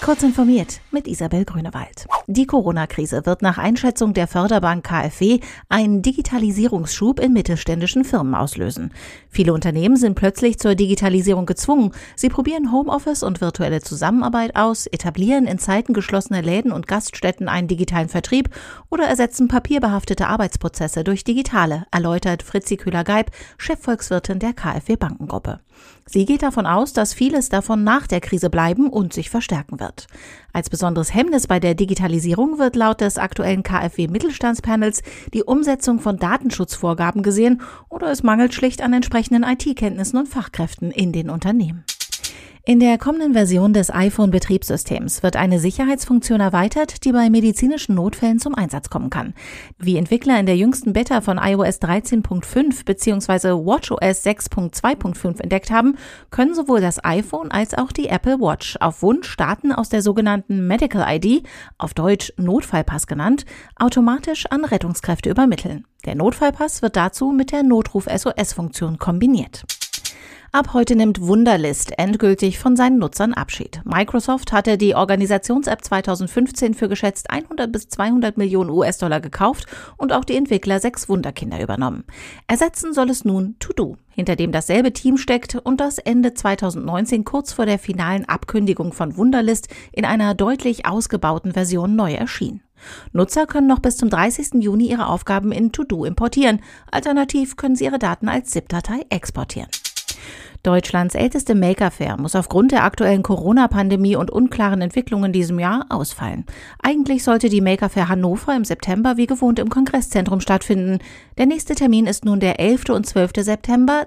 Kurz informiert mit Isabel Grünewald. Die Corona-Krise wird nach Einschätzung der Förderbank KfW einen Digitalisierungsschub in mittelständischen Firmen auslösen. Viele Unternehmen sind plötzlich zur Digitalisierung gezwungen. Sie probieren Homeoffice und virtuelle Zusammenarbeit aus, etablieren in Zeiten geschlossener Läden und Gaststätten einen digitalen Vertrieb oder ersetzen papierbehaftete Arbeitsprozesse durch digitale, erläutert Fritzi Köhler-Geib, Chefvolkswirtin der KfW Bankengruppe. Sie geht davon aus, dass vieles davon nach der Krise bleiben und sich verstärken wird. Als besonderes Hemmnis bei der Digitalisierung wird laut des aktuellen KfW-Mittelstandspanels die Umsetzung von Datenschutzvorgaben gesehen oder es mangelt schlicht an entsprechenden IT-Kenntnissen und Fachkräften in den Unternehmen. In der kommenden Version des iPhone-Betriebssystems wird eine Sicherheitsfunktion erweitert, die bei medizinischen Notfällen zum Einsatz kommen kann. Wie Entwickler in der jüngsten Beta von iOS 13.5 bzw. watchOS 6.2.5 entdeckt haben, können sowohl das iPhone als auch die Apple Watch auf Wunsch Daten aus der sogenannten Medical ID, auf Deutsch Notfallpass genannt, automatisch an Rettungskräfte übermitteln. Der Notfallpass wird dazu mit der Notruf-SOS-Funktion kombiniert. Ab heute nimmt Wunderlist endgültig von seinen Nutzern Abschied. Microsoft hatte die Organisations-App 2015 für geschätzt 100 bis 200 Millionen US-Dollar gekauft und auch die Entwickler 6 Wunderkinder übernommen. Ersetzen soll es nun To-Do, hinter dem dasselbe Team steckt und das Ende 2019 kurz vor der finalen Abkündigung von Wunderlist in einer deutlich ausgebauten Version neu erschien. Nutzer können noch bis zum 30. Juni ihre Aufgaben in To-Do importieren. Alternativ können sie ihre Daten als ZIP-Datei exportieren. Deutschlands älteste Maker Faire muss aufgrund der aktuellen Corona-Pandemie und unklaren Entwicklungen in diesem Jahr ausfallen. Eigentlich sollte die Maker Faire Hannover im September wie gewohnt im Kongresszentrum stattfinden. Der nächste Termin ist nun der 11. und 12. September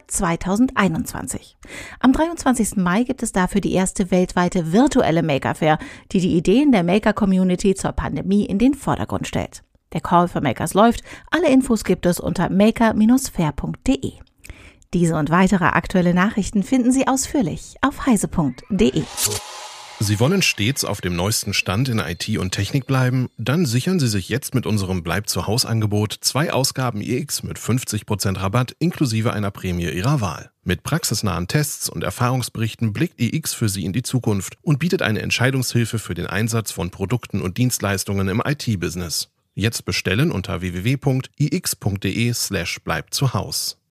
2021. Am 23. Mai gibt es dafür die erste weltweite virtuelle Maker Faire, die die Ideen der Maker-Community zur Pandemie in den Vordergrund stellt. Der Call für Makers läuft. Alle Infos gibt es unter maker-faire.de. Diese und weitere aktuelle Nachrichten finden Sie ausführlich auf heise.de. Sie wollen stets auf dem neuesten Stand in IT und Technik bleiben? Dann sichern Sie sich jetzt mit unserem Bleib-zu-Haus-Angebot 2 Ausgaben iX mit 50% Rabatt inklusive einer Prämie Ihrer Wahl. Mit praxisnahen Tests und Erfahrungsberichten blickt iX für Sie in die Zukunft und bietet eine Entscheidungshilfe für den Einsatz von Produkten und Dienstleistungen im IT-Business. Jetzt bestellen unter www.ix.de/bleibzuhaus.